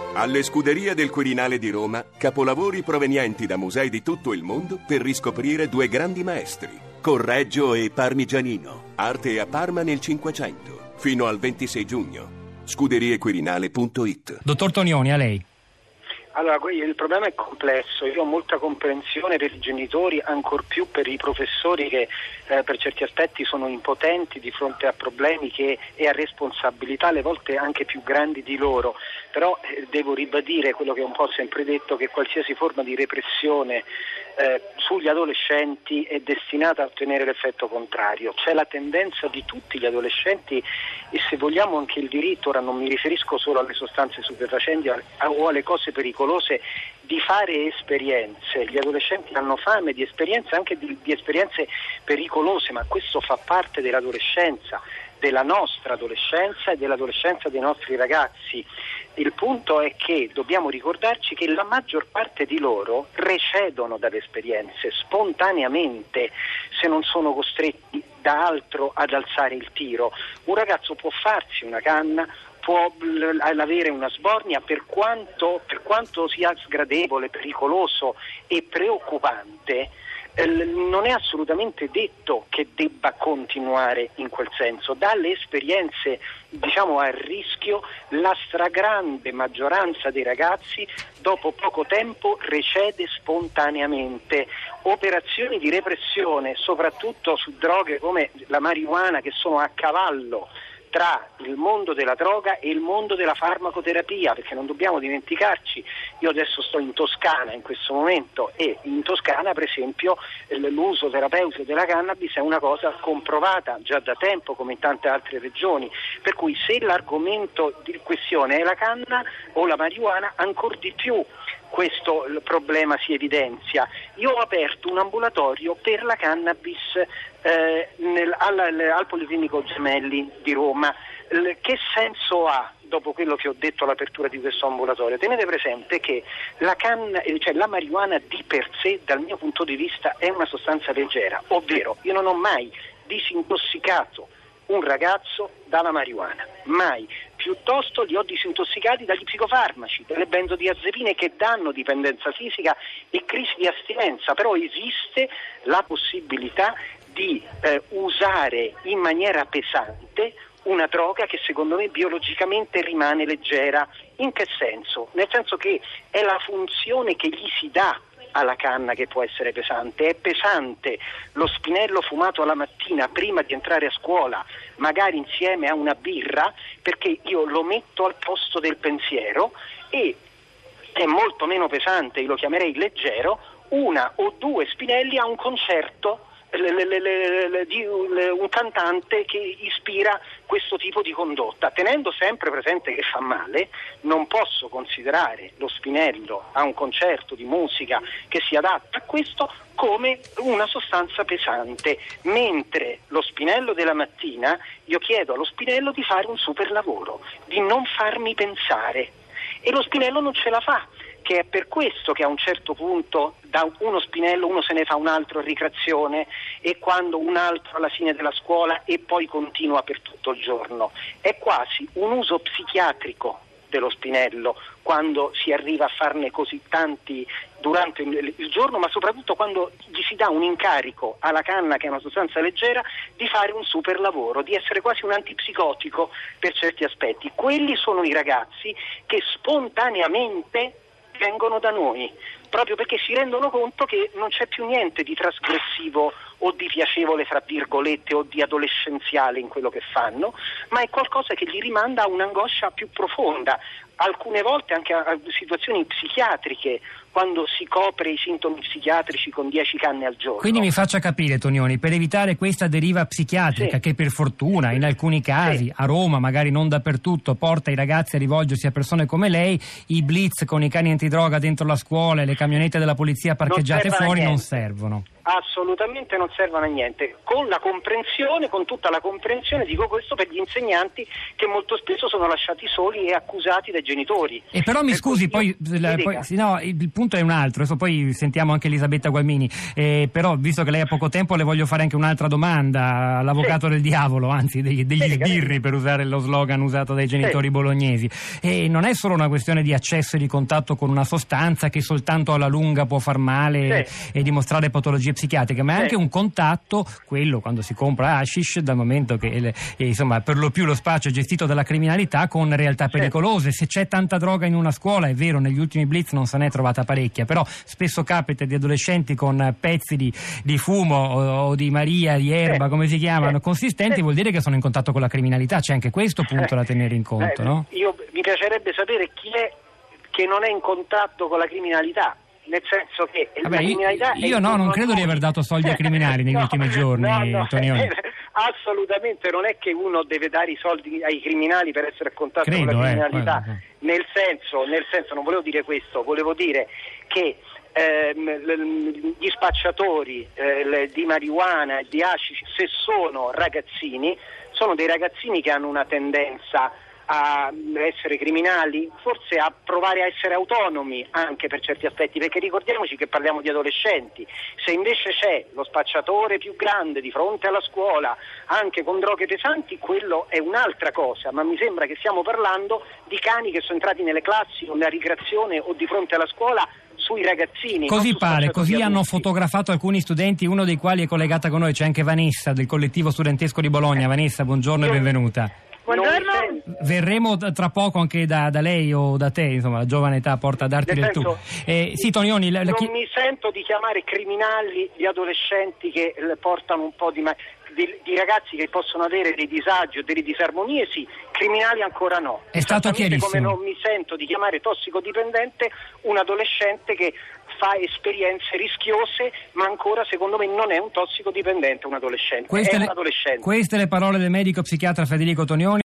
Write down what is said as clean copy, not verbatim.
Alle Scuderie del Quirinale di Roma, capolavori provenienti da musei di tutto il mondo per riscoprire due grandi maestri, Correggio e Parmigianino, arte a Parma nel Cinquecento, fino al 26 giugno. Scuderiequirinale.it. Dottor Tonioni, a lei. Allora, il problema è complesso, io ho molta comprensione per i genitori, ancor più per i professori che per certi aspetti sono impotenti di fronte a problemi e a responsabilità alle volte anche più grandi di loro, però devo ribadire quello che ho un po' sempre detto, che qualsiasi forma di repressione sugli adolescenti è destinata a ottenere l'effetto contrario. C'è la tendenza di tutti gli adolescenti e, se vogliamo, anche il diritto, ora non mi riferisco solo alle sostanze stupefacenti o alle cose pericolose, di fare esperienze. Gli adolescenti hanno fame di esperienze, anche di esperienze pericolose, ma questo fa parte dell'adolescenza, della nostra adolescenza e dell'adolescenza dei nostri ragazzi. Il punto è che dobbiamo ricordarci che la maggior parte di loro recedono dalle esperienze spontaneamente, se non sono costretti da altro ad alzare il tiro. Un ragazzo può farsi una canna, può avere una sbornia, per quanto sia sgradevole, pericoloso e preoccupante, non è assolutamente detto che debba continuare in quel senso. Dalle esperienze, a rischio, la stragrande maggioranza dei ragazzi dopo poco tempo recede spontaneamente. Operazioni di repressione, soprattutto su droghe come la marijuana, che sono a cavallo tra il mondo della droga e il mondo della farmacoterapia, perché non dobbiamo dimenticarci, io adesso sto in Toscana in questo momento, e in Toscana per esempio l'uso terapeutico della cannabis è una cosa comprovata già da tempo, come in tante altre regioni, per cui se l'argomento di questione è la canna o la marijuana, ancor di più questo problema si evidenzia. Io ho aperto un ambulatorio per la cannabis al Policlinico Gemelli di Roma. Che senso ha, dopo quello che ho detto all'apertura di questo ambulatorio? Tenete presente che la marijuana di per sé, dal mio punto di vista, è una sostanza leggera, ovvero io non ho mai disintossicato un ragazzo dalla marijuana, mai. Piuttosto li ho disintossicati dagli psicofarmaci, dalle benzodiazepine, che danno dipendenza fisica e crisi di astinenza. Però esiste la possibilità di usare in maniera pesante una droga che secondo me biologicamente rimane leggera. In che senso? Nel senso che è la funzione che gli si dà alla canna che può essere pesante. È pesante lo spinello fumato alla mattina prima di entrare a scuola, magari insieme a una birra, perché io lo metto al posto del pensiero, e è molto meno pesante, io lo chiamerei leggero, una o due spinelli a un concerto di un cantante che ispira questo tipo di condotta, tenendo sempre presente che fa male. Non posso considerare lo spinello a un concerto di musica che si adatta a questo come una sostanza pesante, mentre lo spinello della mattina, io chiedo allo spinello di fare un super lavoro, di non farmi pensare, e lo spinello non ce la fa, che è per questo che a un certo punto da uno spinello uno se ne fa un altro a ricreazione, e quando un altro alla fine della scuola, e poi continua per tutto il giorno. È quasi un uso psichiatrico dello spinello quando si arriva a farne così tanti durante il giorno, ma soprattutto quando gli si dà un incarico alla canna, che è una sostanza leggera, di fare un super lavoro, di essere quasi un antipsicotico per certi aspetti. Quelli sono i ragazzi che spontaneamente vengono da noi, proprio perché si rendono conto che non c'è più niente di trasgressivo o di piacevole, fra virgolette, o di adolescenziale in quello che fanno, ma è qualcosa che gli rimanda a un'angoscia più profonda, alcune volte anche a situazioni psichiatriche, quando si copre i sintomi psichiatrici con 10 canne al giorno. Quindi mi faccia capire, Tonioni, per evitare questa deriva psichiatrica, sì, che per fortuna in alcuni casi, sì, a Roma, magari non dappertutto, porta i ragazzi a rivolgersi a persone come lei, i blitz con i cani antidroga dentro la scuola e le camionette della polizia parcheggiate fuori non servono. assolutamente non servono a niente, con la comprensione, con tutta la comprensione, dico questo per gli insegnanti che molto spesso sono lasciati soli e accusati dai genitori. E però mi scusi, poi no, il punto è un altro, adesso poi sentiamo anche Elisabetta Gualmini, però visto che lei ha poco tempo le voglio fare anche un'altra domanda all'avvocato del diavolo, anzi degli sbirri, per usare lo slogan usato dai genitori bolognesi. E non è solo una questione di accesso e di contatto con una sostanza che soltanto alla lunga può far male e dimostrare patologie psichiatriche, ma è anche un contatto, quello quando si compra hashish, dal momento che insomma per lo più lo spaccio è gestito dalla criminalità, con realtà pericolose. Se c'è tanta droga in una scuola, è vero, negli ultimi blitz non se n'è trovata parecchia, però spesso capita di adolescenti con pezzi di fumo o di Maria, di erba, come si chiamano, consistenti, vuol dire che sono in contatto con la criminalità. C'è anche questo punto da tenere in conto, no? Mi piacerebbe sapere chi è che non è in contatto con la criminalità. Nel senso che la criminalità io non credo di aver dato soldi ai criminali negli ultimi giorni, Tonioni. Assolutamente non è che uno deve dare i soldi ai criminali per essere a contatto con la criminalità. Nel senso, non volevo dire questo, volevo dire che gli spacciatori di marijuana e di hashish, se sono ragazzini, sono dei ragazzini che hanno una tendenza a essere criminali, forse a provare a essere autonomi anche per certi aspetti, perché ricordiamoci che parliamo di adolescenti. Se invece c'è lo spacciatore più grande di fronte alla scuola anche con droghe pesanti, quello è un'altra cosa, ma mi sembra che stiamo parlando di cani che sono entrati nelle classi o nella ricreazione o di fronte alla scuola sui ragazzini. Così pare, così hanno fotografato alcuni studenti, uno dei quali è collegata con noi, c'è anche Vanessa del collettivo studentesco di Bologna. Vanessa, buongiorno e benvenuta. Buongiorno. Verremo tra poco anche da lei o da te, insomma, la giovane età porta a darti del tu. Sì, Tonioni, non mi sento di chiamare criminali gli adolescenti che portano un po' di ragazzi che possono avere dei disagi o delle disarmonie, sì, criminali ancora no. È stato chiarissimo. Come non mi sento di chiamare tossicodipendente un adolescente che fa esperienze rischiose, ma ancora secondo me non è un tossicodipendente un adolescente, è un adolescente. Queste le parole del medico psichiatra Federico Tonioni.